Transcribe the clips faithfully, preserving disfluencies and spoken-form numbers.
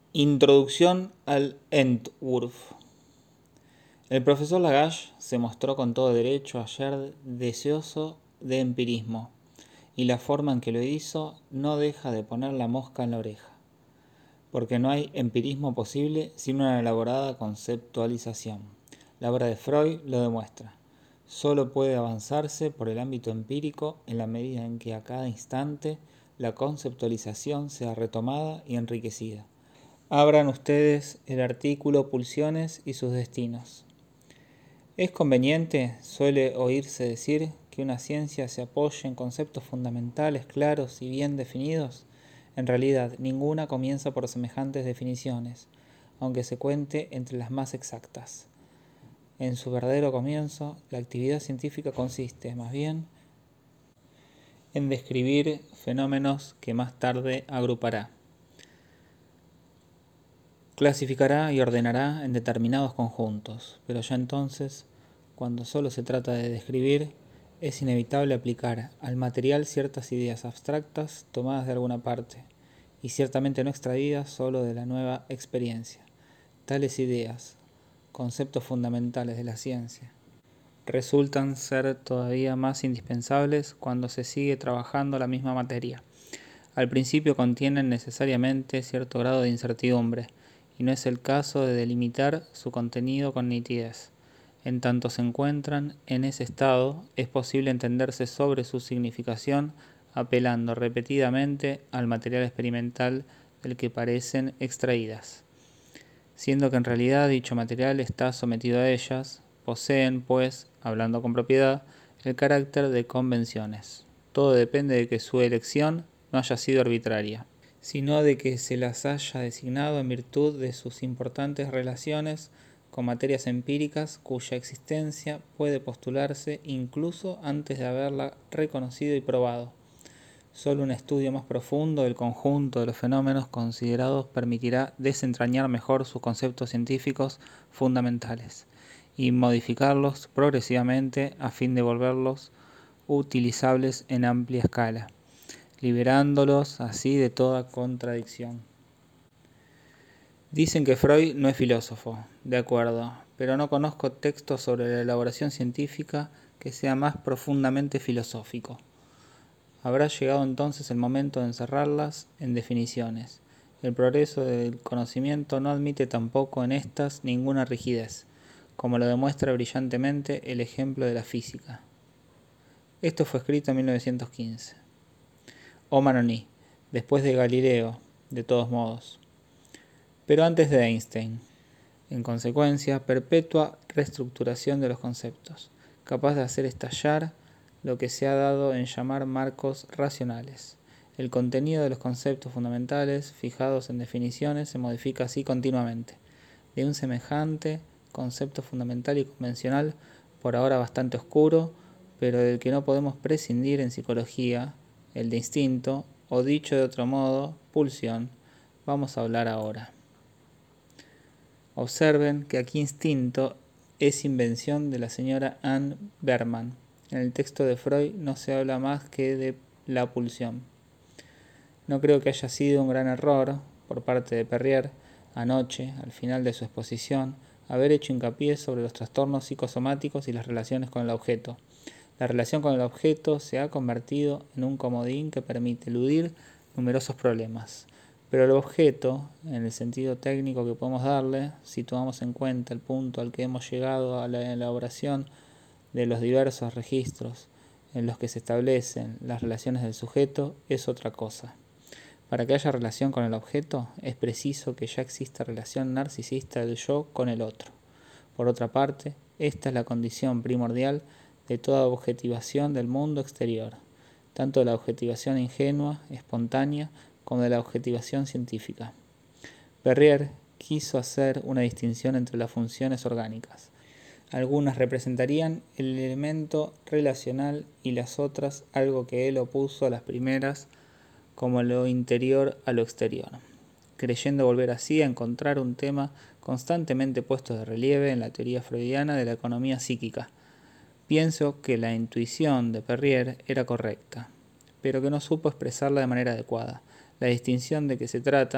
Introducción al Entwurf. El profesor Lagache se mostró con todo derecho ayer deseoso de empirismo, y la forma en que lo hizo no deja de poner la mosca en la oreja, porque no hay empirismo posible sin una elaborada conceptualización. La obra de Freud lo demuestra. Solo puede avanzarse por el ámbito empírico en la medida en que a cada instante la conceptualización sea retomada y enriquecida. Abran ustedes el artículo Pulsiones y sus destinos. Es conveniente, suele oírse decir, que una ciencia se apoye en conceptos fundamentales claros y bien definidos. En realidad, ninguna comienza por semejantes definiciones, aunque se cuente entre las más exactas. En su verdadero comienzo, la actividad científica consiste, más bien, en describir fenómenos que más tarde agrupará. Clasificará y ordenará en determinados conjuntos, pero ya entonces, cuando solo se trata de describir, es inevitable aplicar al material ciertas ideas abstractas tomadas de alguna parte, y ciertamente no extraídas solo de la nueva experiencia. Tales ideas, conceptos fundamentales de la ciencia, resultan ser todavía más indispensables cuando se sigue trabajando la misma materia. Al principio contienen necesariamente cierto grado de incertidumbre, y no es el caso de delimitar su contenido con nitidez. En tanto se encuentran en ese estado, es posible entenderse sobre su significación apelando repetidamente al material experimental del que parecen extraídas. Siendo que en realidad dicho material está sometido a ellas, poseen, pues, hablando con propiedad, el carácter de convenciones. Todo depende de que su elección no haya sido arbitraria, sino de que se las haya designado en virtud de sus importantes relaciones con materias empíricas cuya existencia puede postularse incluso antes de haberla reconocido y probado. Solo un estudio más profundo del conjunto de los fenómenos considerados permitirá desentrañar mejor sus conceptos científicos fundamentales y modificarlos progresivamente a fin de volverlos utilizables en amplia escala, liberándolos así de toda contradicción. Dicen que Freud no es filósofo, de acuerdo, pero no conozco textos sobre la elaboración científica que sea más profundamente filosófico. Habrá llegado entonces el momento de encerrarlas en definiciones. El progreso del conocimiento no admite tampoco en estas ninguna rigidez, como lo demuestra brillantemente el ejemplo de la física. Esto fue escrito en mil novecientos quince. O Manoni, después de Galileo, de todos modos, pero antes de Einstein. En consecuencia, perpetua reestructuración de los conceptos, capaz de hacer estallar lo que se ha dado en llamar marcos racionales. El contenido de los conceptos fundamentales, fijados en definiciones, se modifica así continuamente. De un semejante concepto fundamental y convencional, por ahora bastante oscuro, pero del que no podemos prescindir en psicología, el de instinto, o dicho de otro modo, pulsión, vamos a hablar ahora. Observen que aquí instinto es invención de la señora Anne Berman. En el texto de Freud no se habla más que de la pulsión. No creo que haya sido un gran error, por parte de Perrier, anoche, al final de su exposición, haber hecho hincapié sobre los trastornos psicosomáticos y las relaciones con el objeto. La relación con el objeto se ha convertido en un comodín que permite eludir numerosos problemas. Pero el objeto, en el sentido técnico que podemos darle, si tomamos en cuenta el punto al que hemos llegado a la elaboración de los diversos registros en los que se establecen las relaciones del sujeto, es otra cosa. Para que haya relación con el objeto, es preciso que ya exista relación narcisista del yo con el otro. Por otra parte, esta es la condición primordial de toda objetivación del mundo exterior, tanto de la objetivación ingenua, espontánea, como de la objetivación científica. Perrier quiso hacer una distinción entre las funciones orgánicas. Algunas representarían el elemento relacional y las otras algo que él opuso a las primeras, como lo interior a lo exterior, creyendo volver así a encontrar un tema constantemente puesto de relieve en la teoría freudiana de la economía psíquica. Pienso que la intuición de Perrier era correcta, pero que no supo expresarla de manera adecuada. La distinción de que se trata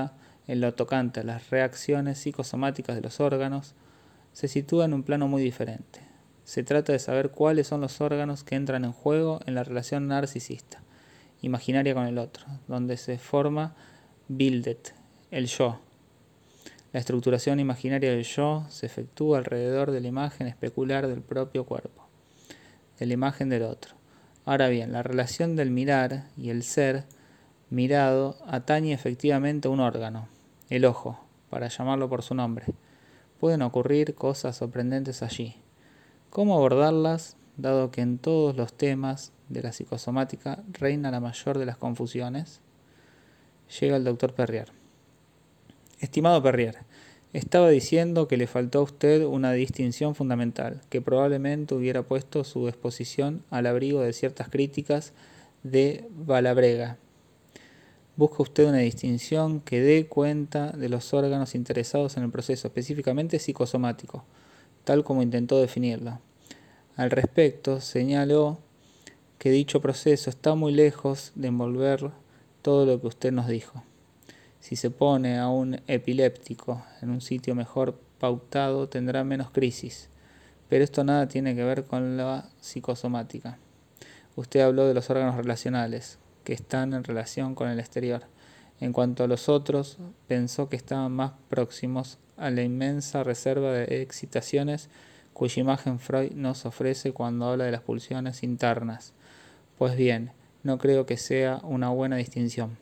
en lo tocante a las reacciones psicosomáticas de los órganos, se sitúa en un plano muy diferente. Se trata de saber cuáles son los órganos que entran en juego en la relación narcisista, imaginaria con el otro, donde se forma Bildet, el yo. La estructuración imaginaria del yo se efectúa alrededor de la imagen especular del propio cuerpo, de la imagen del otro. Ahora bien, la relación del mirar y el ser mirado atañe efectivamente a un órgano, el ojo, para llamarlo por su nombre. Pueden ocurrir cosas sorprendentes allí. ¿Cómo abordarlas, dado que en todos los temas de la psicosomática reina la mayor de las confusiones? Llega el doctor Perrier. Estimado Perrier, estaba diciendo que le faltó a usted una distinción fundamental, que probablemente hubiera puesto su exposición al abrigo de ciertas críticas de Valabrega. Busca usted una distinción que dé cuenta de los órganos interesados en el proceso, específicamente psicosomático, tal como intentó definirlo. Al respecto, señaló que dicho proceso está muy lejos de envolver todo lo que usted nos dijo. Si se pone a un epiléptico en un sitio mejor pautado, tendrá menos crisis, pero esto nada tiene que ver con la psicosomática. Usted habló de los órganos relacionales, que están en relación con el exterior. En cuanto a los otros, pensó que estaban más próximos a la inmensa reserva de excitaciones cuya imagen Freud nos ofrece cuando habla de las pulsiones internas. Pues bien, no creo que sea una buena distinción.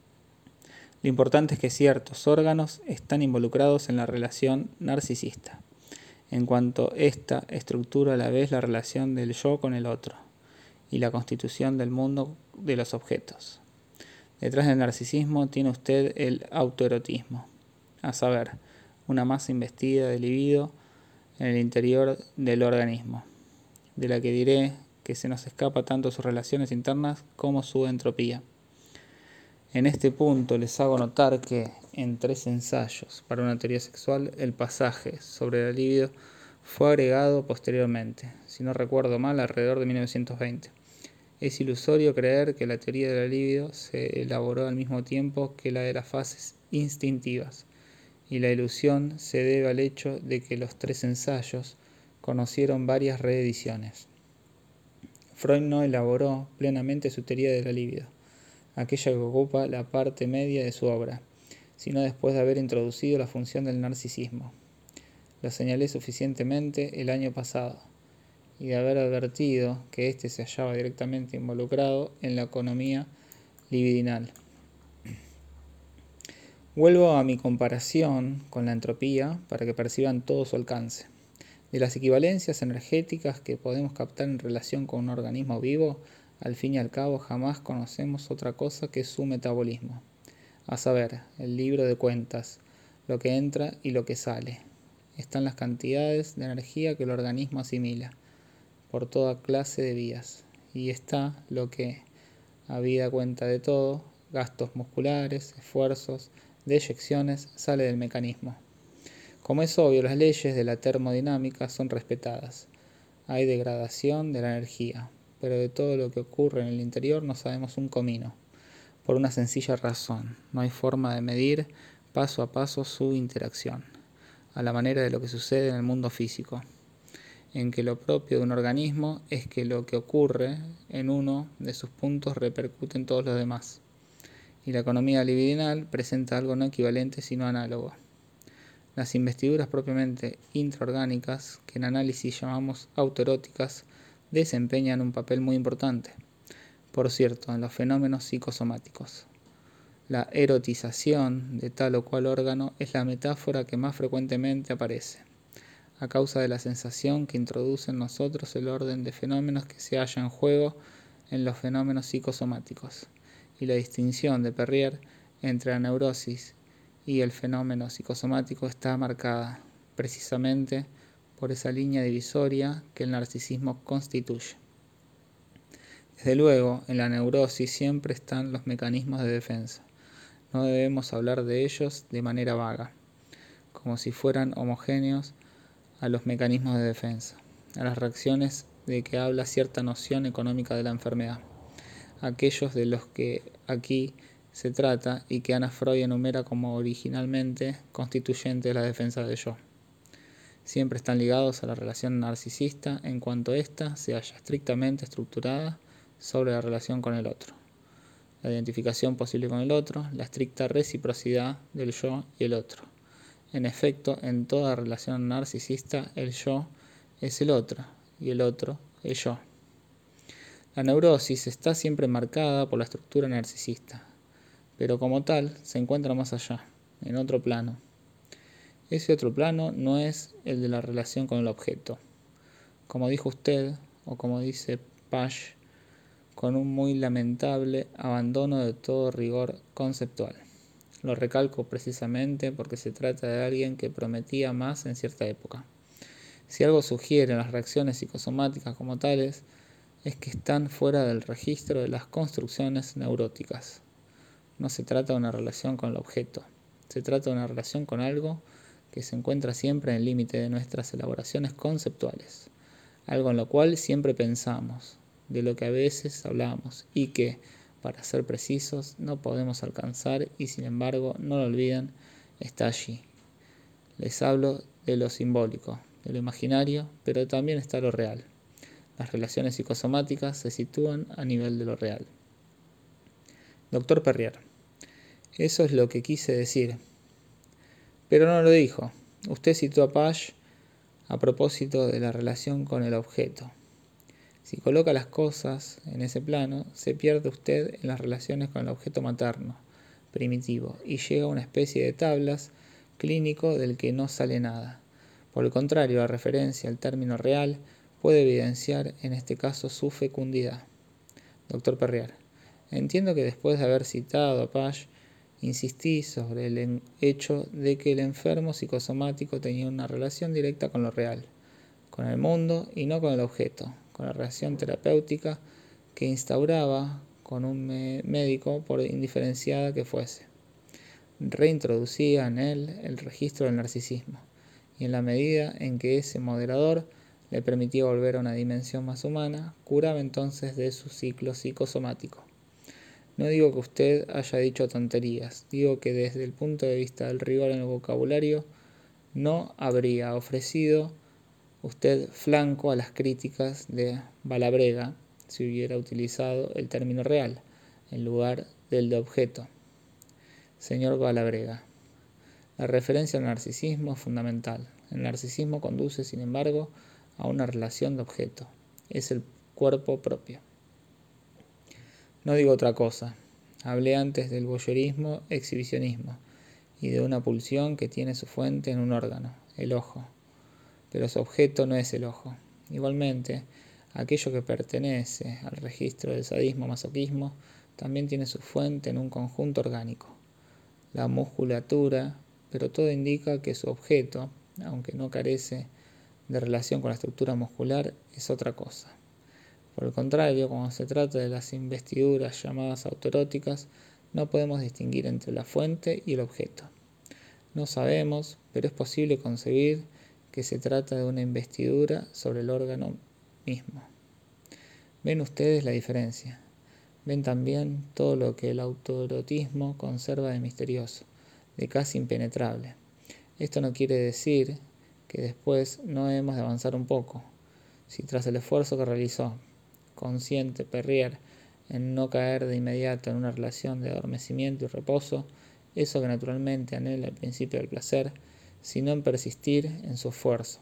Lo importante es que ciertos órganos están involucrados en la relación narcisista, en cuanto ésta estructura a la vez la relación del yo con el otro y la constitución del mundo de los objetos. Detrás del narcisismo tiene usted el autoerotismo, a saber, una masa investida de libido en el interior del organismo, de la que diré que se nos escapa tanto sus relaciones internas como su entropía. En este punto les hago notar que, en tres ensayos para una teoría sexual, el pasaje sobre la libido fue agregado posteriormente, si no recuerdo mal, alrededor de mil novecientos veinte. Es ilusorio creer que la teoría de la libido se elaboró al mismo tiempo que la de las fases instintivas, y la ilusión se debe al hecho de que los tres ensayos conocieron varias reediciones. Freud no elaboró plenamente su teoría de la libido, aquella que ocupa la parte media de su obra, sino después de haber introducido la función del narcisismo. Lo señalé suficientemente el año pasado, y de haber advertido que éste se hallaba directamente involucrado en la economía libidinal. Vuelvo a mi comparación con la entropía para que perciban todo su alcance. De las equivalencias energéticas que podemos captar en relación con un organismo vivo, al fin y al cabo jamás conocemos otra cosa que su metabolismo, a saber, el libro de cuentas, lo que entra y lo que sale. Están las cantidades de energía que el organismo asimila, por toda clase de vías, y está lo que, habida cuenta de todo, gastos musculares, esfuerzos, deyecciones, sale del mecanismo. Como es obvio, las leyes de la termodinámica son respetadas. Hay degradación de la energía, pero de todo lo que ocurre en el interior no sabemos un comino, por una sencilla razón: no hay forma de medir paso a paso su interacción, a la manera de lo que sucede en el mundo físico, en que lo propio de un organismo es que lo que ocurre en uno de sus puntos repercute en todos los demás, y la economía libidinal presenta algo no equivalente sino análogo. Las investiduras propiamente intraorgánicas, que en análisis llamamos autoeróticas, desempeñan un papel muy importante, por cierto, en los fenómenos psicosomáticos. La erotización de tal o cual órgano es la metáfora que más frecuentemente aparece, a causa de la sensación que introduce en nosotros el orden de fenómenos que se halla en juego en los fenómenos psicosomáticos, y la distinción de Perrier entre la neurosis y el fenómeno psicosomático está marcada, precisamente, por esa línea divisoria que el narcisismo constituye. Desde luego, en la neurosis siempre están los mecanismos de defensa. No debemos hablar de ellos de manera vaga, como si fueran homogéneos a los mecanismos de defensa, a las reacciones de que habla cierta noción económica de la enfermedad, aquellos de los que aquí se trata y que Anna Freud enumera como originalmente constituyente de la defensa del yo. Siempre están ligados a la relación narcisista en cuanto ésta se halla estrictamente estructurada sobre la relación con el otro, la identificación posible con el otro, la estricta reciprocidad del yo y el otro. En efecto, en toda relación narcisista, el yo es el otro y el otro el yo. La neurosis está siempre marcada por la estructura narcisista, pero como tal se encuentra más allá, en otro plano. Ese otro plano no es el de la relación con el objeto. Como dijo usted, o como dice Pasch, con un muy lamentable abandono de todo rigor conceptual. Lo recalco precisamente porque se trata de alguien que prometía más en cierta época. Si algo sugiere las reacciones psicosomáticas como tales, es que están fuera del registro de las construcciones neuróticas. No se trata de una relación con el objeto, se trata de una relación con algo que se encuentra siempre en el límite de nuestras elaboraciones conceptuales, algo en lo cual siempre pensamos, de lo que a veces hablamos y que, para ser precisos, no podemos alcanzar y sin embargo, no lo olviden, está allí. Les hablo de lo simbólico, de lo imaginario, pero también está lo real. Las relaciones psicosomáticas se sitúan a nivel de lo real. Doctor Perrier, eso es lo que quise decir. Pero no lo dijo. Usted citó a Pasch a propósito de la relación con el objeto. Si coloca las cosas en ese plano, se pierde usted en las relaciones con el objeto materno, primitivo, y llega a una especie de tablas clínico del que no sale nada. Por el contrario, la referencia al término real puede evidenciar en este caso su fecundidad. Doctor Perrier, entiendo que después de haber citado a Pasch, insistí sobre el hecho de que el enfermo psicosomático tenía una relación directa con lo real, con el mundo y no con el objeto, con la relación terapéutica que instauraba con un médico por indiferenciada que fuese. Reintroducía en él el registro del narcisismo, y en la medida en que ese moderador le permitía volver a una dimensión más humana, curaba entonces de su ciclo psicosomático. No digo que usted haya dicho tonterías, digo que desde el punto de vista del rigor en el vocabulario, no habría ofrecido usted flanco a las críticas de Balabrega si hubiera utilizado el término real en lugar del de objeto. Señor Balabrega, la referencia al narcisismo es fundamental. El narcisismo conduce, sin embargo, a una relación de objeto. Es el cuerpo propio. No digo otra cosa. Hablé antes del voyeurismo, exhibicionismo, y de una pulsión que tiene su fuente en un órgano, el ojo. Pero su objeto no es el ojo. Igualmente, aquello que pertenece al registro del sadismo-masoquismo también tiene su fuente en un conjunto orgánico, la musculatura, pero todo indica que su objeto, aunque no carece de relación con la estructura muscular, es otra cosa. Por el contrario, cuando se trata de las investiduras llamadas autoeróticas, no podemos distinguir entre la fuente y el objeto. No sabemos, pero es posible concebir que se trata de una investidura sobre el órgano mismo. ¿Ven ustedes la diferencia? Ven también todo lo que el autoerotismo conserva de misterioso, de casi impenetrable. Esto no quiere decir que después no hemos de avanzar un poco. Si tras el esfuerzo que realizó, consciente Perrier, en no caer de inmediato en una relación de adormecimiento y reposo, eso que naturalmente anhela el principio del placer, sino en persistir en su esfuerzo.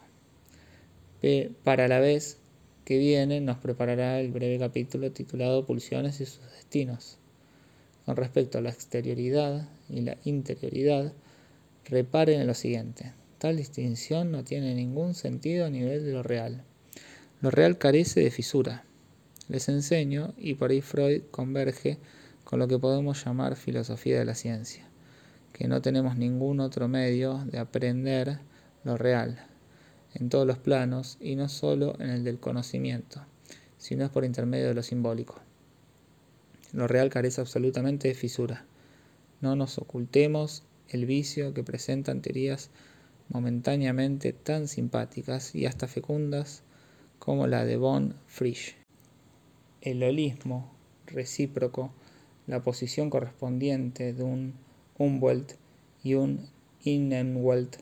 Para la vez que viene nos preparará el breve capítulo titulado Pulsiones y sus destinos. Con respecto a la exterioridad y la interioridad, reparen en lo siguiente. Tal distinción no tiene ningún sentido a nivel de lo real. Lo real carece de fisura. Les enseño, y por ahí Freud converge con lo que podemos llamar filosofía de la ciencia, que no tenemos ningún otro medio de aprender lo real, en todos los planos, y no solo en el del conocimiento, sino es por intermedio de lo simbólico. Lo real carece absolutamente de fisura. No nos ocultemos el vicio que presentan teorías momentáneamente tan simpáticas y hasta fecundas como la de von Frisch. El holismo recíproco la posición correspondiente de un Umwelt y un Innenwelt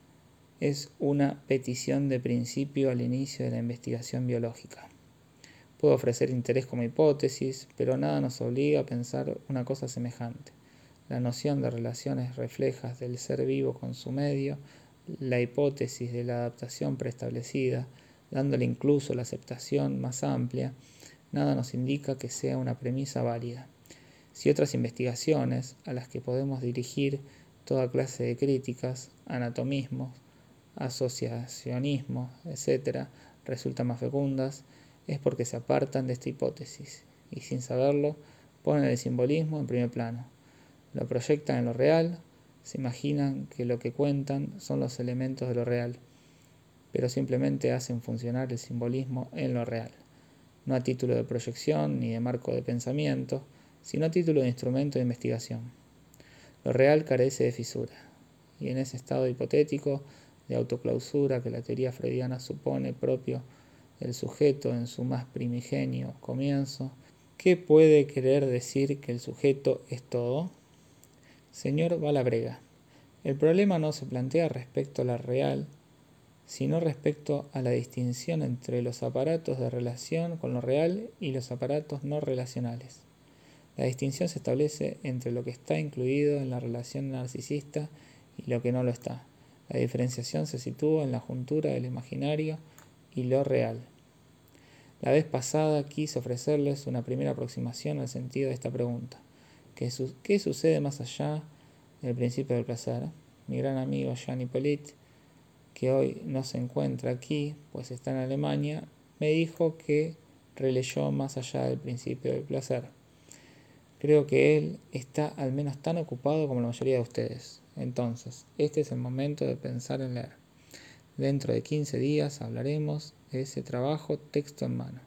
es una petición de principio al inicio de la investigación biológica. Puedo ofrecer interés como hipótesis, pero nada nos obliga a pensar una cosa semejante. La noción de relaciones reflejas del ser vivo con su medio, la hipótesis de la adaptación preestablecida, dándole incluso la aceptación más amplia, nada nos indica que sea una premisa válida. Si otras investigaciones, a las que podemos dirigir toda clase de críticas, anatomismos, asociacionismo, etcétera, resultan más fecundas, es porque se apartan de esta hipótesis y, sin saberlo, ponen el simbolismo en primer plano. Lo proyectan en lo real, se imaginan que lo que cuentan son los elementos de lo real, pero simplemente hacen funcionar el simbolismo en lo real, no a título de proyección ni de marco de pensamiento, sino a título de instrumento de investigación. Lo real carece de fisura, y en ese estado hipotético de autoclausura que la teoría freudiana supone propio del sujeto en su más primigenio comienzo, ¿qué puede querer decir que el sujeto es todo? Señor Valabrega, el problema no se plantea respecto a la real, sino respecto a la distinción entre los aparatos de relación con lo real y los aparatos no relacionales. La distinción se establece entre lo que está incluido en la relación narcisista y lo que no lo está. La diferenciación se sitúa en la juntura del imaginario y lo real. La vez pasada quise ofrecerles una primera aproximación al sentido de esta pregunta. ¿Qué, su- qué sucede más allá del principio del placer? Mi gran amigo Jean Hippolyte, que hoy no se encuentra aquí, pues está en Alemania, me dijo que releyó Más allá del principio del placer. Creo que él está al menos tan ocupado como la mayoría de ustedes. Entonces, este es el momento de pensar en leer. Dentro de quince días hablaremos de ese trabajo texto en mano.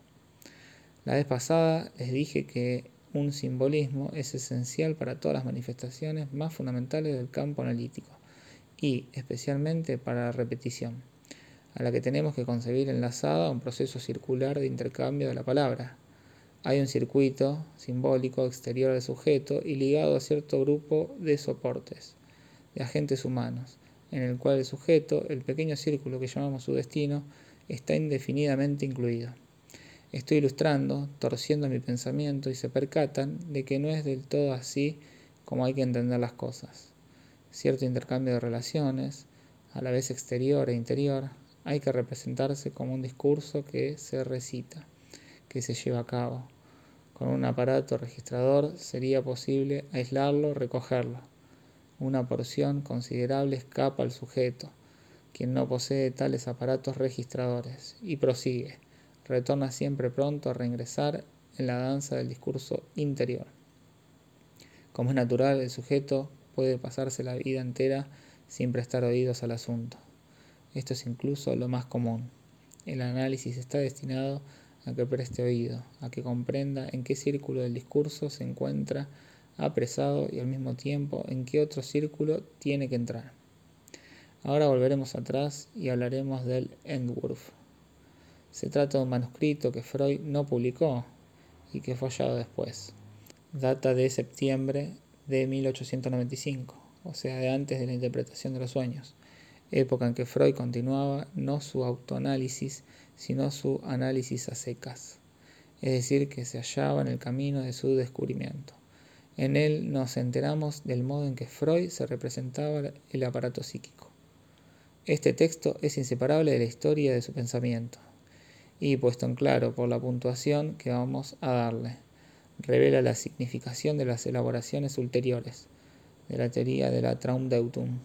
La vez pasada les dije que un simbolismo es esencial para todas las manifestaciones más fundamentales del campo analítico y, especialmente, para la repetición, a la que tenemos que concebir enlazada a un proceso circular de intercambio de la palabra. Hay un circuito simbólico exterior al sujeto y ligado a cierto grupo de soportes, de agentes humanos, en el cual el sujeto, el pequeño círculo que llamamos su destino, está indefinidamente incluido. Estoy ilustrando, torciendo mi pensamiento y se percatan de que no es del todo así como hay que entender las cosas. Cierto intercambio de relaciones, a la vez exterior e interior, hay que representarse como un discurso que se recita, que se lleva a cabo. Con un aparato registrador sería posible aislarlo, recogerlo. Una porción considerable escapa al sujeto, quien no posee tales aparatos registradores, y prosigue, retorna siempre pronto a reingresar en la danza del discurso interior. Como es natural, el sujeto puede pasarse la vida entera sin prestar oídos al asunto. Esto es incluso lo más común. El análisis está destinado a que preste oído, a que comprenda en qué círculo del discurso se encuentra apresado y al mismo tiempo en qué otro círculo tiene que entrar. Ahora volveremos atrás y hablaremos del Entwurf. Se trata de un manuscrito que Freud no publicó y que fue hallado después. Data de septiembre de mil ochocientos noventa y cinco, o sea, de antes de la interpretación de los sueños, época en que Freud continuaba no su autoanálisis, sino su análisis a secas, es decir, que se hallaba en el camino de su descubrimiento. En él nos enteramos del modo en que Freud se representaba el aparato psíquico. Este texto es inseparable de la historia de su pensamiento, y puesto en claro por la puntuación que vamos a darle, revela la significación de las elaboraciones ulteriores de la teoría de la Traumdeutung.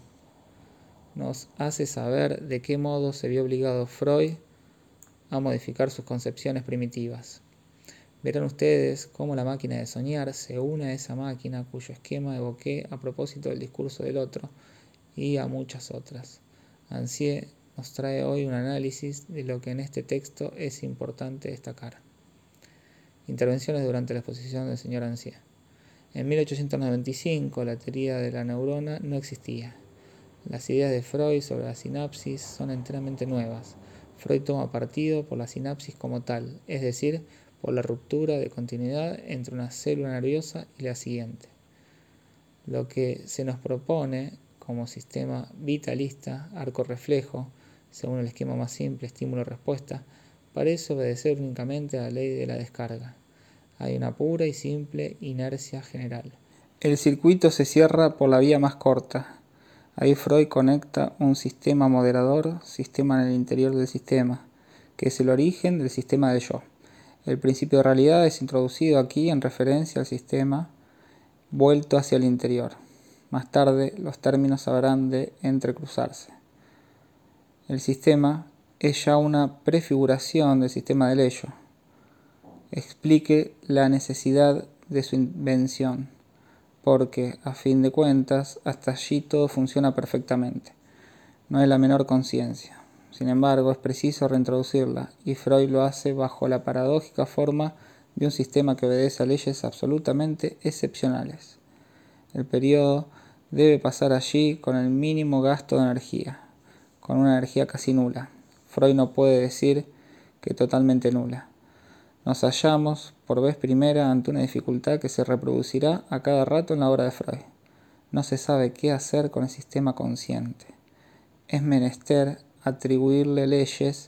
Nos hace saber de qué modo se vio obligado Freud a modificar sus concepciones primitivas. Verán ustedes cómo la máquina de soñar se une a esa máquina cuyo esquema evoqué a propósito del discurso del otro y a muchas otras. Ancier nos trae hoy un análisis de lo que en este texto es importante destacar. Intervenciones durante la exposición del señor Ancier. En mil ochocientos noventa y cinco la teoría de la neurona no existía. Las ideas de Freud sobre la sinapsis son enteramente nuevas. Freud toma partido por la sinapsis como tal, es decir, por la ruptura de continuidad entre una célula nerviosa y la siguiente. Lo que se nos propone como sistema vitalista, arco-reflejo, según el esquema más simple, estímulo-respuesta, parece obedecer únicamente a la ley de la descarga. Hay una pura y simple inercia general. El circuito se cierra por la vía más corta. Ahí Freud conecta un sistema moderador, sistema en el interior del sistema, que es el origen del sistema del yo. El principio de realidad es introducido aquí en referencia al sistema vuelto hacia el interior. Más tarde los términos habrán de entrecruzarse. El sistema es ya una prefiguración del sistema del ello. Explique la necesidad de su invención, porque, a fin de cuentas, hasta allí todo funciona perfectamente. No hay la menor conciencia. Sin embargo, es preciso reintroducirla, y Freud lo hace bajo la paradójica forma de un sistema que obedece a leyes absolutamente excepcionales. El periodo debe pasar allí con el mínimo gasto de energía, con una energía casi nula. Freud no puede decir que totalmente nula. Nos hallamos, por vez primera, ante una dificultad que se reproducirá a cada rato en la obra de Freud. No se sabe qué hacer con el sistema consciente. Es menester atribuirle leyes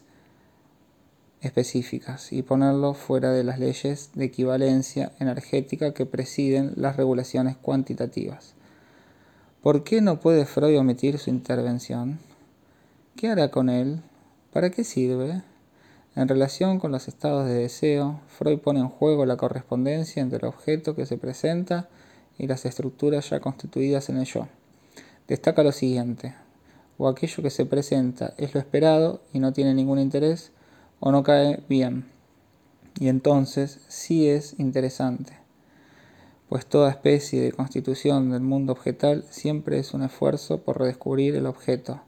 específicas y ponerlo fuera de las leyes de equivalencia energética que presiden las regulaciones cuantitativas. ¿Por qué no puede Freud omitir su intervención? ¿Qué hará con él? ¿Para qué sirve? En relación con los estados de deseo, Freud pone en juego la correspondencia entre el objeto que se presenta y las estructuras ya constituidas en el yo. Destaca lo siguiente: o aquello que se presenta es lo esperado y no tiene ningún interés, o no cae bien, y entonces sí es interesante, pues toda especie de constitución del mundo objetal siempre es un esfuerzo por redescubrir el objeto.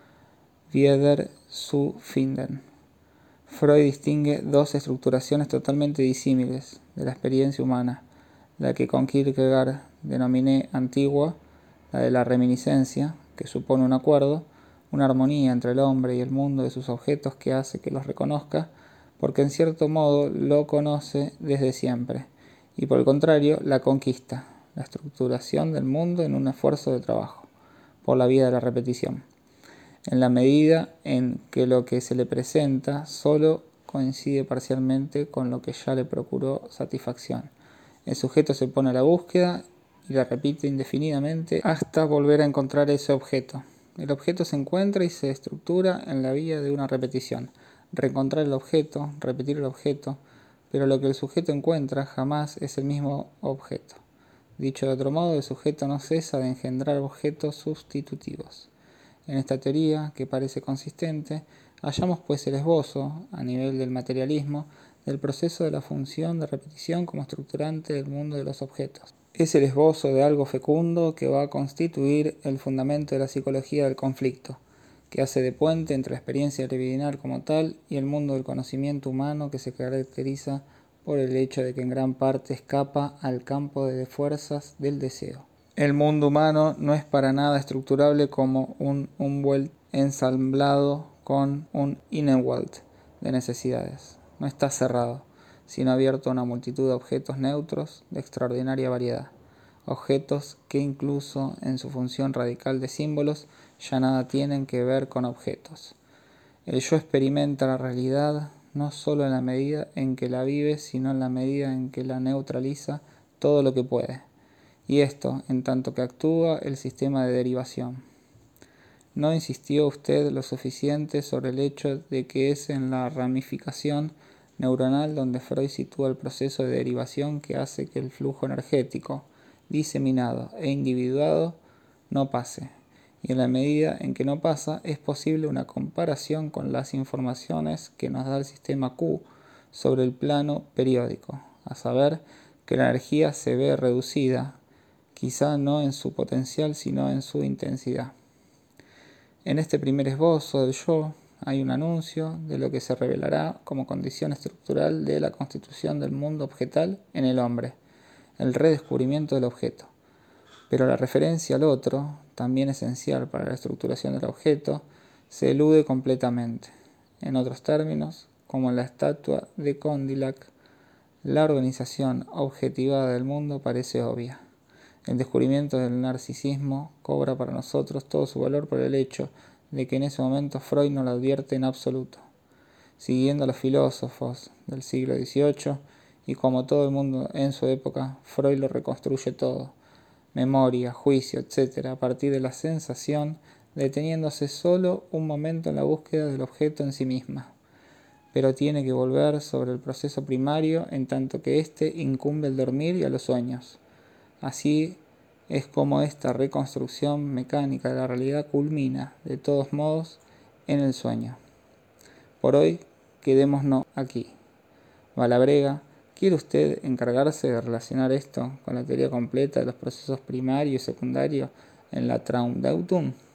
Wieder zu finden. Freud distingue dos estructuraciones totalmente disímiles de la experiencia humana, la que con Kierkegaard denominé antigua, la de la reminiscencia, que supone un acuerdo, una armonía entre el hombre y el mundo de sus objetos que hace que los reconozca, porque en cierto modo lo conoce desde siempre, y por el contrario la conquista, la estructuración del mundo en un esfuerzo de trabajo, por la vía de la repetición, en la medida en que lo que se le presenta solo coincide parcialmente con lo que ya le procuró satisfacción. El sujeto se pone a la búsqueda y la repite indefinidamente hasta volver a encontrar ese objeto. El objeto se encuentra y se estructura en la vía de una repetición. Reencontrar el objeto, repetir el objeto, pero lo que el sujeto encuentra jamás es el mismo objeto. Dicho de otro modo, el sujeto no cesa de engendrar objetos sustitutivos. En esta teoría, que parece consistente, hallamos pues el esbozo, a nivel del materialismo, del proceso de la función de repetición como estructurante del mundo de los objetos. Es el esbozo de algo fecundo que va a constituir el fundamento de la psicología del conflicto, que hace de puente entre la experiencia libidinal como tal y el mundo del conocimiento humano, que se caracteriza por el hecho de que en gran parte escapa al campo de fuerzas del deseo. El mundo humano no es para nada estructurable como un Umwelt ensamblado con un Innenwelt de necesidades. No está cerrado, sino abierto a una multitud de objetos neutros de extraordinaria variedad. Objetos que incluso en su función radical de símbolos ya nada tienen que ver con objetos. El yo experimenta la realidad no solo en la medida en que la vive, sino en la medida en que la neutraliza todo lo que puede. Y esto, en tanto que actúa el sistema de derivación. ¿No insistió usted lo suficiente sobre el hecho de que es en la ramificación neuronal donde Freud sitúa el proceso de derivación que hace que el flujo energético, diseminado e individuado, no pase? Y en la medida en que no pasa, es posible una comparación con las informaciones que nos da el sistema Q sobre el plano periódico, a saber, que la energía se ve reducida, quizá no en su potencial, sino en su intensidad. En este primer esbozo del yo hay un anuncio de lo que se revelará como condición estructural de la constitución del mundo objetal en el hombre, el redescubrimiento del objeto. Pero la referencia al otro, también esencial para la estructuración del objeto, se elude completamente. En otros términos, como en la estatua de Condillac, La organización objetivada del mundo parece obvia. El descubrimiento del narcisismo cobra para nosotros todo su valor por el hecho de que en ese momento Freud no lo advierte en absoluto. Siguiendo a los filósofos del siglo dieciocho, y como todo el mundo en su época, Freud lo reconstruye todo, memoria, juicio, etcétera, a partir de la sensación, deteniéndose solo un momento en la búsqueda del objeto en sí misma. Pero tiene que volver sobre el proceso primario en tanto que éste incumbe el dormir y a los sueños. Así es como esta reconstrucción mecánica de la realidad culmina, de todos modos, en el sueño. Por hoy, quedémonos aquí. Valabrega, ¿quiere usted encargarse de relacionar esto con la teoría completa de los procesos primarios y secundarios en la Traumdeutung?